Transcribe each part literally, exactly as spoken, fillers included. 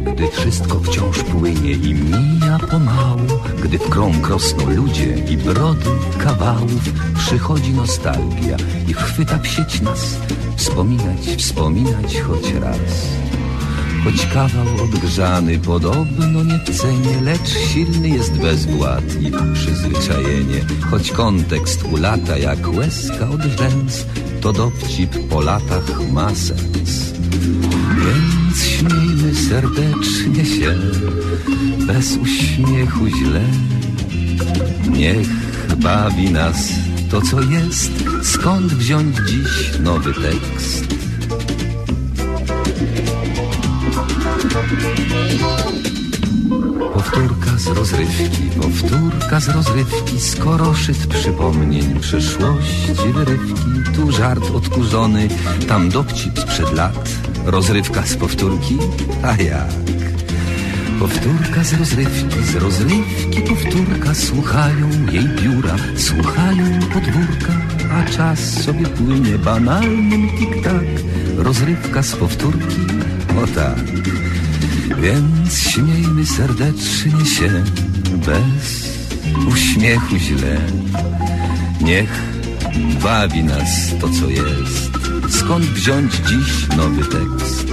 gdy wszystko wciąż płynie i mija pomału, gdy w krąg rosną ludzie i brody kawałów, przychodzi nostalgia i chwyta w sieć nas, wspominać, wspominać choć raz. Choć kawał odgrzany podobno nie w cenie, lecz silny jest bezwład i przyzwyczajenie. Choć kontekst ulata jak łezka od rzęs, to dowcip po latach ma sens. Więc śmiejmy serdecznie się, bez uśmiechu źle. Niech bawi nas to, co jest, skąd wziąć dziś nowy tekst. Powtórka z rozrywki, powtórka z rozrywki, skoro szyt przypomnień przyszłości wyrywki. Tu żart odkurzony, tam dowcip sprzed lat. Rozrywka z powtórki, a jak? Powtórka z rozrywki, z rozrywki powtórka, słuchają jej biura, słuchają podwórka, a czas sobie płynie banalnym tik-tak. Rozrywka z powtórki, o tak. Więc śmiejmy serdecznie się, bez uśmiechu źle. Niech bawi nas to, co jest, skąd wziąć dziś nowy tekst.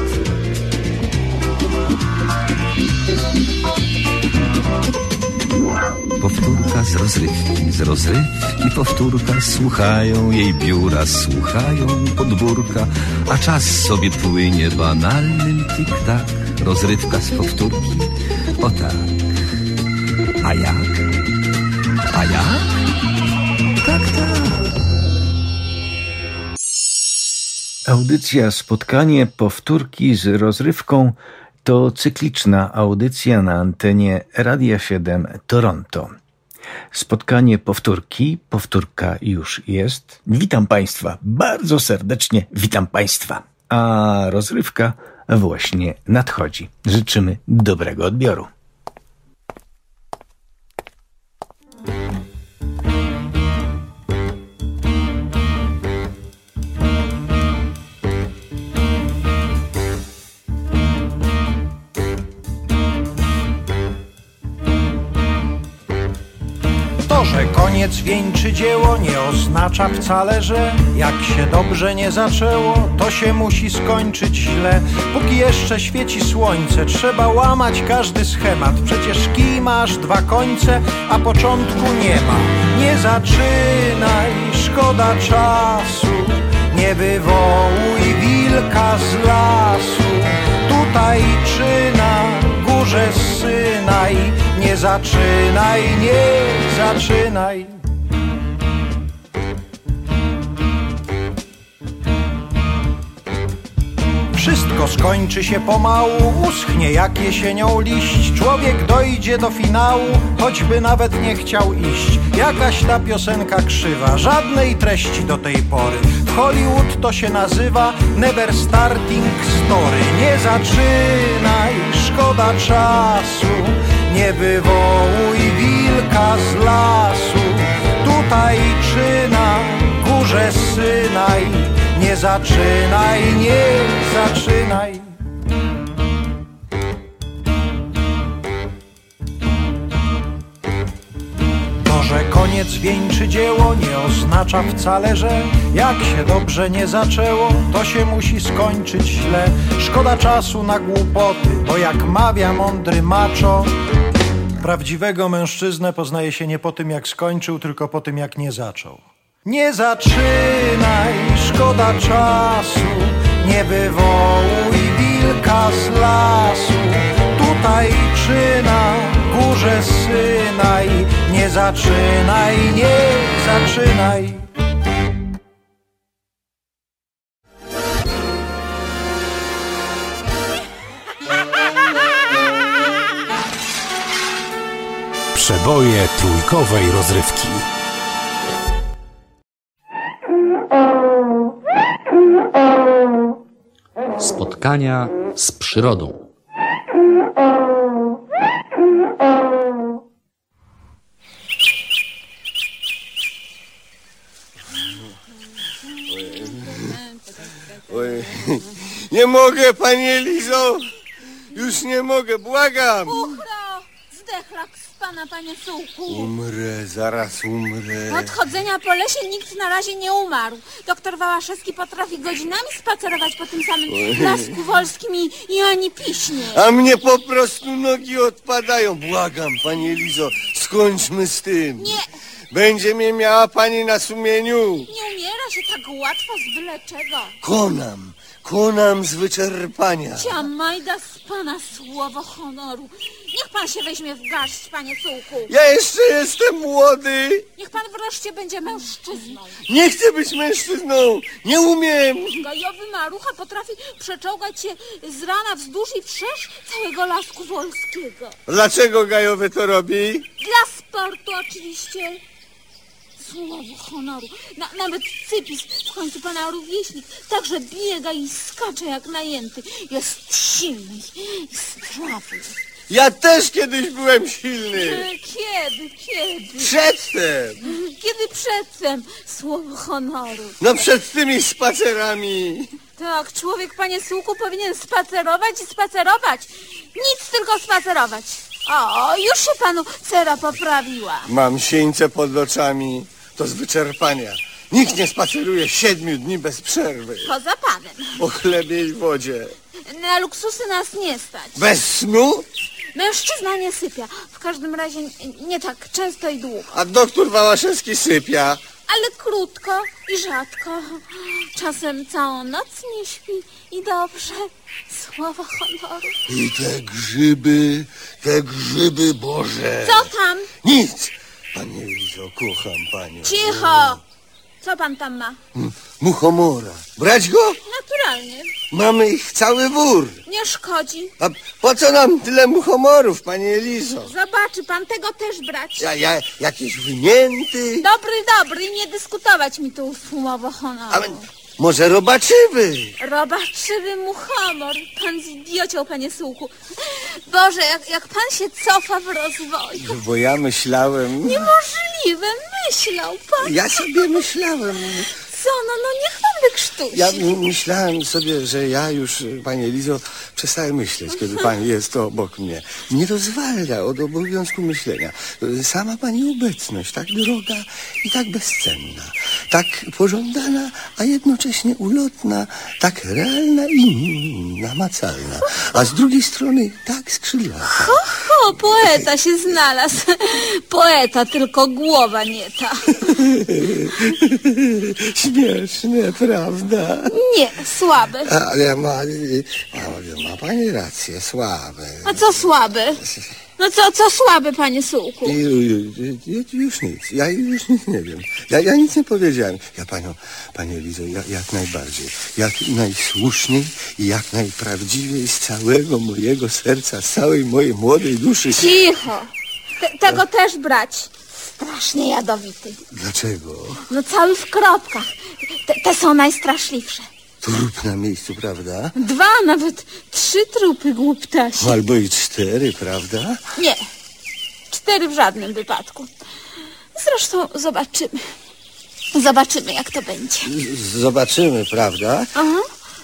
Powtórka z rozrywki, z rozrywki powtórka, słuchają jej biura, słuchają podwórka, a czas sobie płynie banalnym tik-tak. Rozrywka z powtórki, o tak. A jak? A jak? Tak, tak. Audycja Spotkanie Powtórki z rozrywką to cykliczna audycja na antenie Radia siedem Toronto. Spotkanie Powtórki, powtórka już jest. Witam Państwa, bardzo serdecznie witam Państwa. A rozrywka właśnie nadchodzi. Życzymy dobrego odbioru. To, że koniec wieńczy dzieło, nie oznacza wcale, że jak się dobrze nie zaczęło, to się musi skończyć źle. Póki jeszcze świeci słońce, trzeba łamać każdy schemat. Przecież kij masz dwa końce, a początku nie ma. Nie zaczynaj, szkoda czasu, nie wywołuj wilka z lasu. Tutaj czy na górze synaj, nie zaczynaj, nie zaczynaj. Wszystko skończy się pomału, uschnie jak jesienią liść. Człowiek dojdzie do finału, choćby nawet nie chciał iść. Jakaś ta piosenka krzywa, żadnej treści do tej pory. W Hollywood to się nazywa Never Starting Story. Nie zaczynaj, szkoda czasu, nie wywołuj wilka z lasu. Tutaj czy na górze synaj, nie zaczynaj, nie zaczynaj. To, że koniec wieńczy dzieło, nie oznacza wcale, że jak się dobrze nie zaczęło, to się musi skończyć źle. Szkoda czasu na głupoty, bo jak mawia mądry macho, prawdziwego mężczyznę poznaje się nie po tym, jak skończył, tylko po tym, jak nie zaczął. Nie zaczynaj, szkoda czasu, nie wywołuj wilka z lasu. Tutaj czy na górze synaj, nie zaczynaj, nie zaczynaj. Przeboje trójkowej rozrywki. Spotkania z przyrodą. Oj, nie mogę, pani Elizo. Już nie mogę, błagam. Uchro! Zdechlak z pana, panie Sułku. Umrę, zaraz umrę. Od chodzenia po lesie nikt na razie nie umarł. Doktor Wałaszewski potrafi godzinami spacerować po tym samym lasku wolskim i, i ani piśnie. A mnie po prostu nogi odpadają. Błagam, pani Elizo, skończmy z tym. Nie. Będzie mnie miała pani na sumieniu. Nie umiera się tak łatwo z byle czego. Konam, konam z wyczerpania. Ciamajda z pana słowo honoru. Niech pan się weźmie w garść, panie Sułku. Ja jeszcze jestem młody. Niech pan wreszcie będzie mężczyzną. Nie chcę być mężczyzną. Nie umiem. Gajowy marucha potrafi przeczołgać się z rana wzdłuż i wszerz całego lasku wolskiego. Dlaczego Gajowy to robi? Dla sportu oczywiście. Słowo honoru. Na, nawet Cypis, w końcu pana rówieśnik, także biega i skacze jak najęty. Jest silny i sprawny. Ja też kiedyś byłem silny. Kiedy, kiedy? Przedtem. Kiedy przedtem? Słowo honoru. No przed tymi spacerami. Tak, człowiek, panie Sułku, powinien spacerować i spacerować. Nic, tylko spacerować. O, już się panu cera poprawiła. Mam sieńce pod oczami. To z wyczerpania. Nikt nie spaceruje siedmiu dni bez przerwy. Poza panem. Po chlebie i wodzie. Na luksusy nas nie stać. Bez snu? Mężczyzna nie sypia. W każdym razie nie tak często i długo. A doktor Wałaszewski sypia. Ale krótko i rzadko. Czasem całą noc nie śpi i dobrze. Słowo honoru. I te grzyby, te grzyby Boże. Co tam? Nic. Panie Elizo, kocham panią. Cicho! Co pan tam ma? Muchomora. Brać go? Naturalnie. Mamy ich cały wór. Nie szkodzi. A po co nam tyle muchomorów, panie Elizo? Zobaczy pan, tego też brać. Ja, ja, jakiś wymięty. Dobry, dobry, nie dyskutować mi tu słowo honoru. A może robaczywy? Robaczywy muchomor. Pan zdiociał, panie Sułku. Boże, jak, jak pan się cofa w rozwoju. Bo ja myślałem... Niemożliwe, myślał pan. Ja sobie myślałem... Co, no, no niech pan wykrztusi. Ja myślałem sobie, że ja już, pani Elizo, przestałem myśleć, kiedy pani jest to obok mnie. Nie rozwalnia od obowiązku myślenia. Sama pani obecność, tak droga i tak bezcenna. Tak pożądana, a jednocześnie ulotna. Tak realna i namacalna. A z drugiej strony tak skrzydlata. Ho, ho, poeta się znalazł. Poeta, tylko głowa nie ta. Śmieszne, prawda? Nie, słabe. Ale ma, ma, ma pani rację, słabe. A co słabe? No co, co słabe, panie Sułku? Już, już nic, ja już nic nie wiem. Ja, ja nic nie powiedziałem. Ja panią, panie Elizo, ja, jak najbardziej, jak najsłuszniej i jak najprawdziwiej z całego mojego serca, z całej mojej młodej duszy. Cicho. Te, tego też brać. Strasznie jadowity. Dlaczego? No cały w kropkach. Te, te są najstraszliwsze. Trup na miejscu, prawda? Dwa, nawet trzy trupy, głuptasie. Albo i cztery, prawda? Nie. Cztery w żadnym wypadku. Zresztą zobaczymy. Zobaczymy, jak to będzie. Z- zobaczymy, prawda? Aha.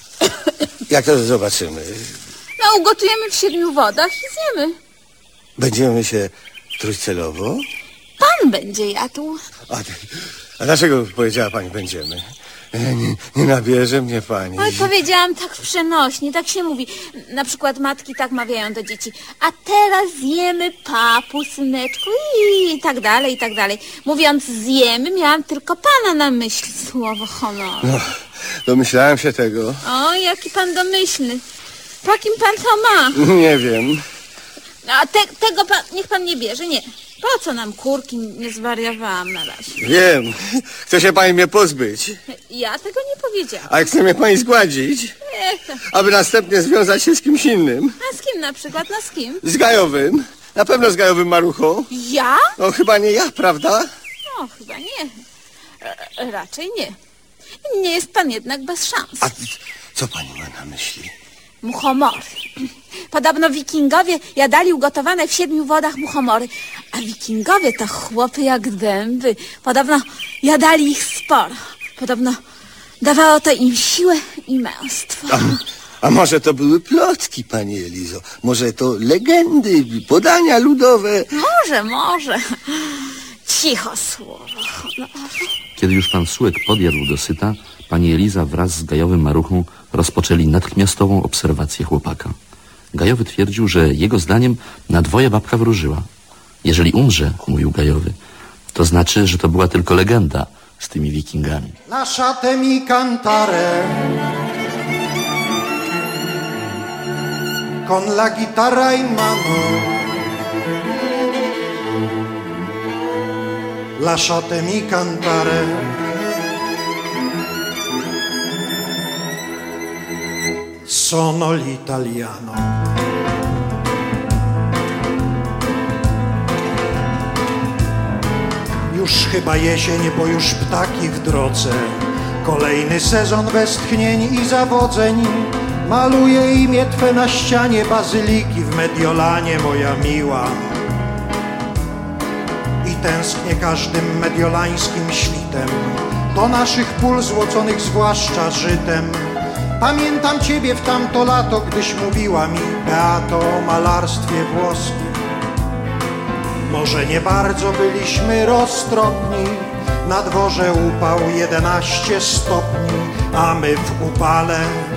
Jak to zobaczymy? No, ugotujemy w siedmiu wodach i zjemy. Będziemy się truć celowo? Pan będzie jadł. A, a dlaczego powiedziała pani będziemy? Nie, nie nabierze mnie pani. Oj, powiedziałam tak w przenośni, tak się mówi. Na przykład matki tak mawiają do dzieci. A teraz zjemy papu, syneczku i tak dalej, i tak dalej. Mówiąc zjemy, miałam tylko pana na myśli, słowo honoru. No, domyślałem się tego. O, jaki pan domyślny. Po kim pan to ma? Nie wiem. A te, tego pan, niech pan nie bierze, nie. Po co nam kurki? Nie zwariowałam na razie. Wiem. Chce się pani mnie pozbyć. Ja tego nie powiedziałam. A chce mnie pani zgładzić? Ech, Aby następnie związać się z kimś innym. a z kim na przykład? No z kim? Z Gajowym. Na pewno z Gajowym Maruchą. Ja? No chyba nie ja, prawda? No, chyba nie. E, raczej nie. Nie jest pan jednak bez szans. A co pani ma na myśli? Muchomory. Podobno wikingowie jadali ugotowane w siedmiu wodach muchomory. A wikingowie to chłopy jak dęby. Podobno jadali ich sporo. Podobno dawało to im siłę i męstwo. A, A może to były plotki, pani Elizo? Może to legendy, podania ludowe? Może, może. Cicho słowo. No. Kiedy już pan Sułek podjadł dosyta, pani Eliza wraz z Gajowym Maruchą rozpoczęli natychmiastową obserwację chłopaka. Gajowy twierdził, że jego zdaniem na dwoje babka wróżyła. Jeżeli umrze, mówił Gajowy, to znaczy, że to była tylko legenda z tymi wikingami. Lasciate mi cantare con la chitarra in mano. Lasciate mi cantare sono l'italiano. Już chyba jesień, bo już ptaki w drodze. Kolejny sezon westchnień i zawodzeń. Maluję imię Twe na ścianie bazyliki w Mediolanie, moja miła. I tęsknię każdym mediolańskim świtem do naszych pól złoconych zwłaszcza żytem. Pamiętam Ciebie w tamto lato, gdyś mówiła mi, Beato, o malarstwie włoskim. Może nie bardzo byliśmy roztropni, na dworze upał jedenaście stopni, a my w upale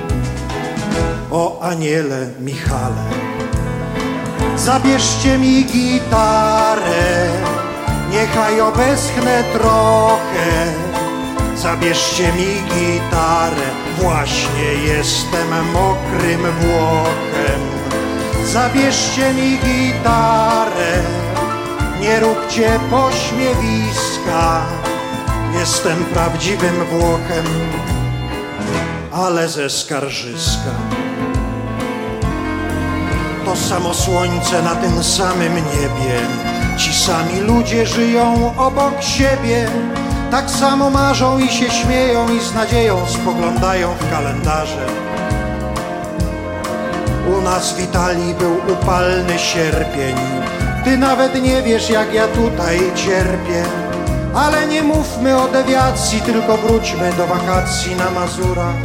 o aniele Michale. Zabierzcie mi gitarę, niechaj obeschnę trochę. Zabierzcie mi gitarę, właśnie jestem mokrym Włochem. Zabierzcie mi gitarę, nie róbcie pośmiewiska. Jestem prawdziwym Włochem, ale ze Skarżyska. To samo słońce na tym samym niebie, ci sami ludzie żyją obok siebie. Tak samo marzą i się śmieją i z nadzieją spoglądają w kalendarze. U nas w Italii był upalny sierpień. Ty nawet nie wiesz, jak ja tutaj cierpię. Ale nie mówmy o dewiacji, tylko wróćmy do wakacji na Mazurach.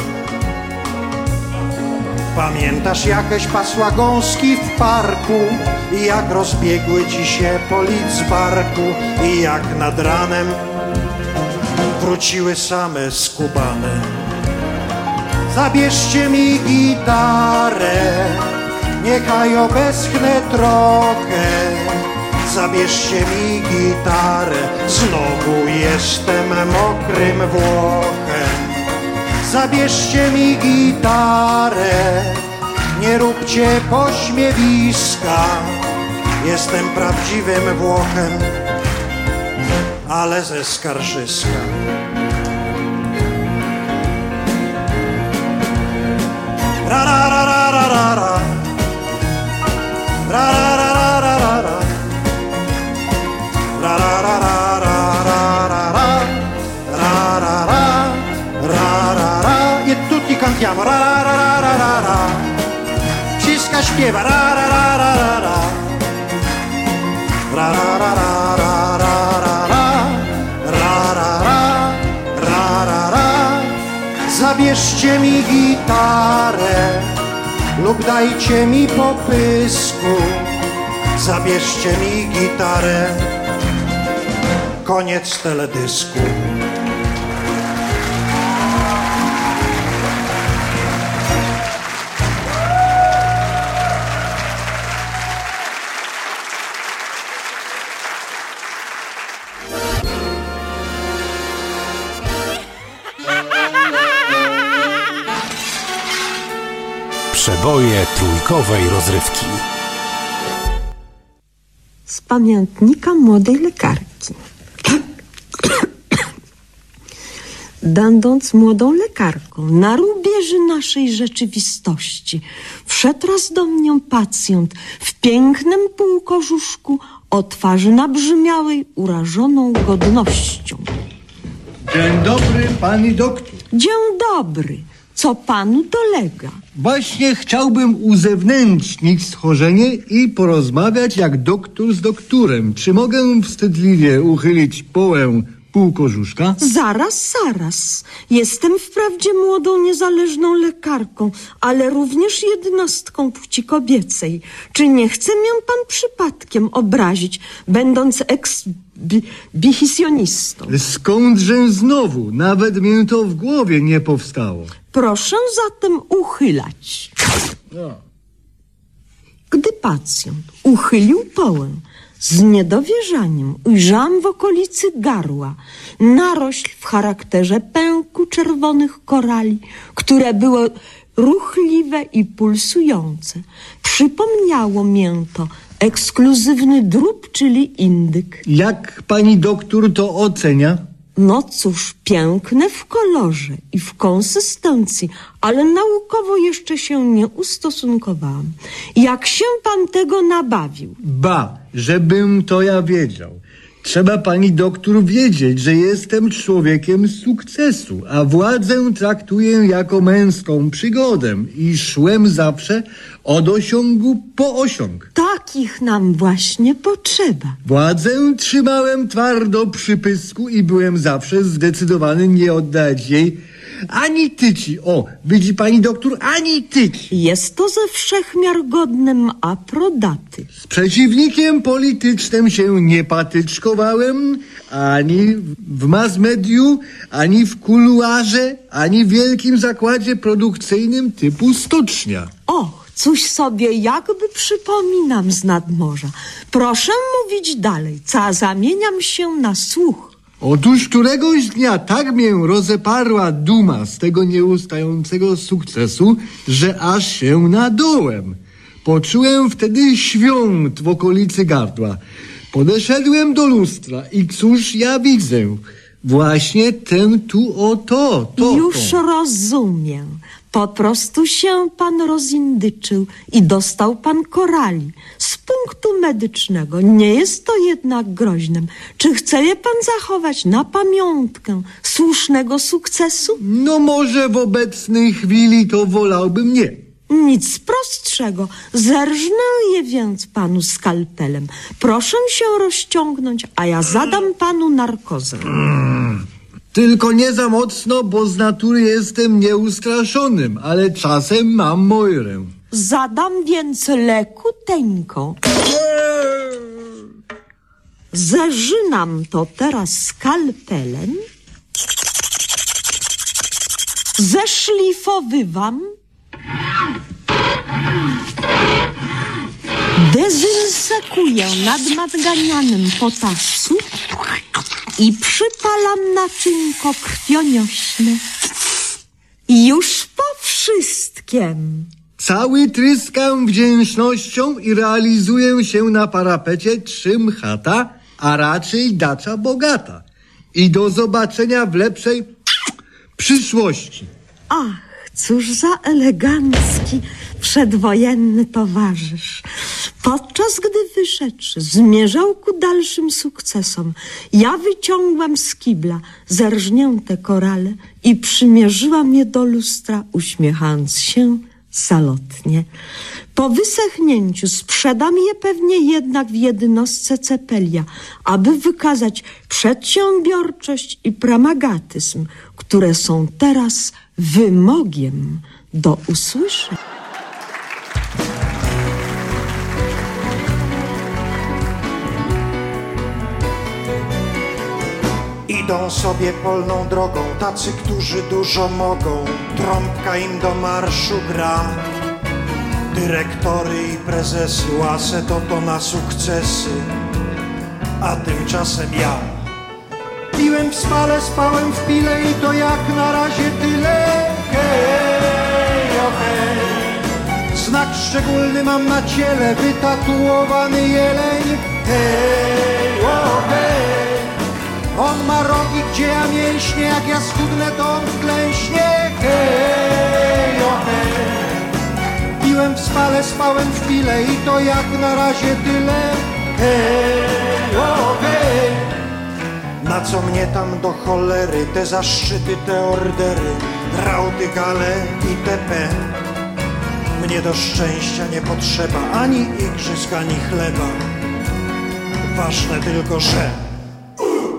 Pamiętasz, jakieś pasła gąski w parku i jak rozbiegły ci się po Lidzbarku i jak nad ranem wróciły same skubane. Zabierzcie mi gitarę, niechaj obeschnę trochę. Zabierzcie mi gitarę, znowu jestem mokrym Włochem. Zabierzcie mi gitarę, nie róbcie pośmiewiska. Jestem prawdziwym Włochem, ale ze Skarżyska. Ra ra ra ra ra ra ra. Ra ra ra ra ra ra ra. Ra ra ra ra ra ra ra ra. Ra ra ra ra ra ra. E tutti cantiamo ra ra ra ra ra ra. Ciska śpiewa ra ra ra ra ra ra. Ra ra ra ra ra ra ra ra. Ra ra ra ra ra ra. Zabierzcie mi gitarę lub dajcie mi popysku. Zabierzcie mi gitarę. Koniec teledysku. Przeboje trójkowej rozrywki. Z pamiętnika młodej lekarki. Będąc młodą lekarką na rubieży naszej rzeczywistości, wszedł raz do mnie pacjent w pięknym półkożuszku, o twarzy nabrzmiałej, urażoną godnością. Dzień dobry, pani doktor. Dzień dobry. Co panu dolega? Właśnie chciałbym uzewnętrznić schorzenie i porozmawiać jak doktor z doktorem. Czy mogę wstydliwie uchylić połę pół kożuszka? Zaraz, zaraz. Jestem wprawdzie młodą, niezależną lekarką, ale również jednostką płci kobiecej. Czy nie chce mię pan przypadkiem obrazić, będąc ekshibicionistą? Skądże znowu? Nawet mię to w głowie nie powstało. Proszę zatem uchylać. No. Gdy pacjent uchylił połę, z niedowierzaniem ujrzałam w okolicy garła narośl w charakterze pęku czerwonych korali, które były ruchliwe i pulsujące. Przypomniało mię to ekskluzywny drób, czyli indyk. Jak pani doktor to ocenia? No cóż, piękne w kolorze i w konsystencji, ale naukowo jeszcze się nie ustosunkowałam. Jak się pan tego nabawił? Ba, żebym to ja wiedział. Trzeba pani doktor wiedzieć, że jestem człowiekiem sukcesu, a władzę traktuję jako męską przygodę i szłem zawsze od osiągu po osiąg. Takich nam właśnie potrzeba. Władzę trzymałem twardo przy pysku i byłem zawsze zdecydowany nie oddać jej ani tyci. O, widzi pani doktor, ani tyci. Jest to ze wszechmiar godnym aprodaty. Z przeciwnikiem politycznym się nie patyczkowałem ani w mass mediu, ani w kuluarze, ani w wielkim zakładzie produkcyjnym typu stocznia. Och, coś sobie jakby przypominam z nadmorza. Proszę mówić dalej, co zamieniam się na słuch. Otóż któregoś dnia tak mnie rozeparła duma z tego nieustającego sukcesu, że aż się nadołem. Poczułem wtedy świąt w okolicy gardła. Podeszedłem do lustra i cóż ja widzę? Właśnie ten tu oto, to, Już to. rozumiem. Po prostu się pan rozindyczył i dostał pan korali. Z punktu medycznego nie jest to jednak groźnym. Czy chce je pan zachować na pamiątkę słusznego sukcesu? No może w obecnej chwili to wolałbym nie. Nic prostszego. Zerżnę je więc panu skalpelem. Proszę się rozciągnąć, a ja zadam panu narkozę. Tylko nie za mocno, bo z natury jestem nieustraszonym, ale czasem mam mojrę. Zadam więc lekuteńką. Zerzynam to teraz skalpelem. Zeszlifowywam. Dezynsekuję nadmadganianym potasu i przypalam naczynko krwioniośne. Już po wszystkim. Cały tryskam wdzięcznością i realizuję się na parapecie trzym chata, a raczej dacza bogata. I do zobaczenia w lepszej przyszłości. Ach, cóż za elegancki przedwojenny towarzysz. Podczas gdy wyszedłszy zmierzał ku dalszym sukcesom, ja wyciągłam z kibla zerżnięte korale i przymierzyłam je do lustra, uśmiechając się zalotnie. Po wysechnięciu sprzedam je pewnie jednak w jednostce Cepelia, aby wykazać przedsiębiorczość i pragmatyzm, które są teraz wymogiem do usłyszenia. Idą sobie polną drogą tacy, którzy dużo mogą. Trąbka im do marszu gra. Dyrektory i prezesy łasę to to na sukcesy. A tymczasem ja piłem w smale, spałem w pile i to jak na razie tyle. Hej, o hej. Znak szczególny mam na ciele, wytatuowany jeleń. Hej, o hej. On ma rogi, gdzie ja mięśnie, jak ja schudnę, to on wklęśnie. Hej, o hej. Piłem w spale, spałem w pile i to jak na razie tyle. Hej, o hej. Na co mnie tam do cholery, te zaszczyty, te ordery, rauty, gale itp. Mnie do szczęścia nie potrzeba ani igrzysk, ani chleba. Ważne tylko, że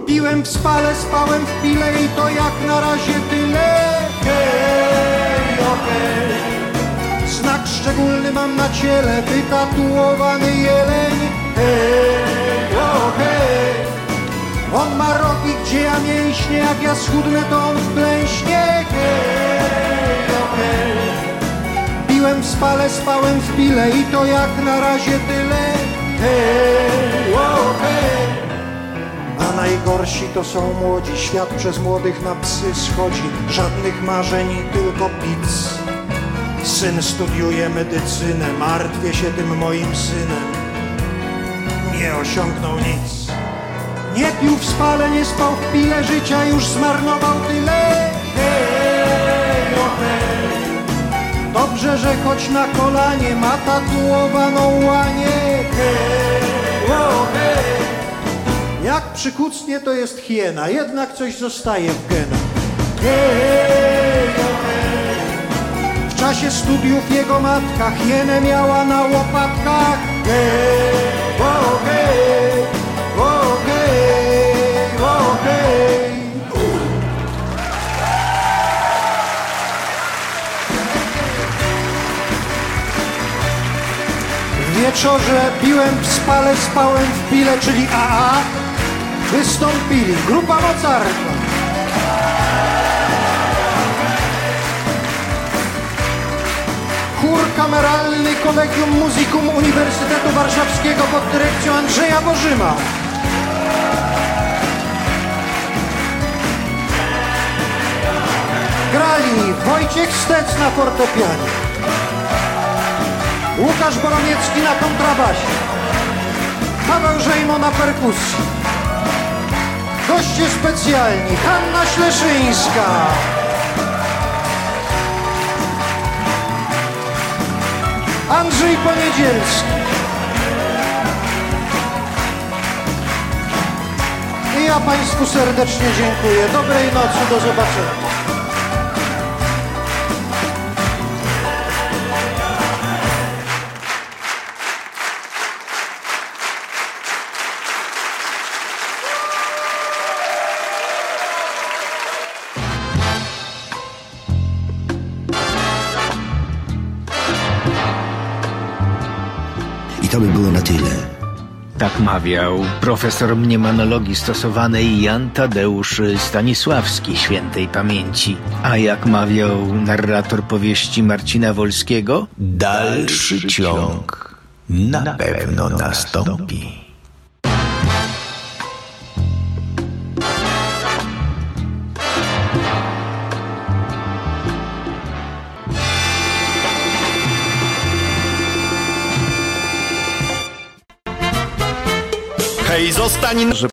Piłem w spale, spałem w pile i to jak na razie tyle. Hej, okej. Znak szczególny mam na ciele, wytatuowany jeleń. Hej, okej. On ma rogi, gdzie ja mięśnie, jak ja schudnę, to on wklęśnie. Hej, okej. Piłem w spale, spałem w pile i to jak na razie tyle. Hej, okej. A najgorsi to są młodzi, świat przez młodych na psy schodzi. Żadnych marzeń, tylko pic. Syn studiuje medycynę, martwię się tym moim synem. Nie osiągnął nic. Nie pił w spale, nie spał w pile, życia już zmarnował tyle. Hej, okej. Dobrze, że choć na kolanie ma tatuowaną łanię. Hej, okej. Jak przykucnie, to jest hiena, jednak coś zostaje w genach. Hej, okej. W czasie studiów jego matka hienę miała na łopatkach. Hej, okej, okej, okej. W wieczorze piłem w spale, spałem w pile, czyli A A. Wystąpili grupa Mozarta. Chór kameralny Collegium Musicum Uniwersytetu Warszawskiego pod dyrekcją Andrzeja Bożyma. Grali Wojciech Stec na fortepianie, Łukasz Boromiecki na kontrabasie, Paweł Żejmo na perkusji. Goście specjalni: Hanna Śleszyńska, Andrzej Poniedzielski i ja Państwu serdecznie dziękuję. Dobrej nocy, do zobaczenia. I to by było na tyle. Tak mawiał profesor mniemonologii stosowanej Jan Tadeusz Stanisławski, świętej pamięci. A jak mawiał narrator powieści Marcina Wolskiego, Dalszy ciąg na pewno nastąpi. Hej, zostań...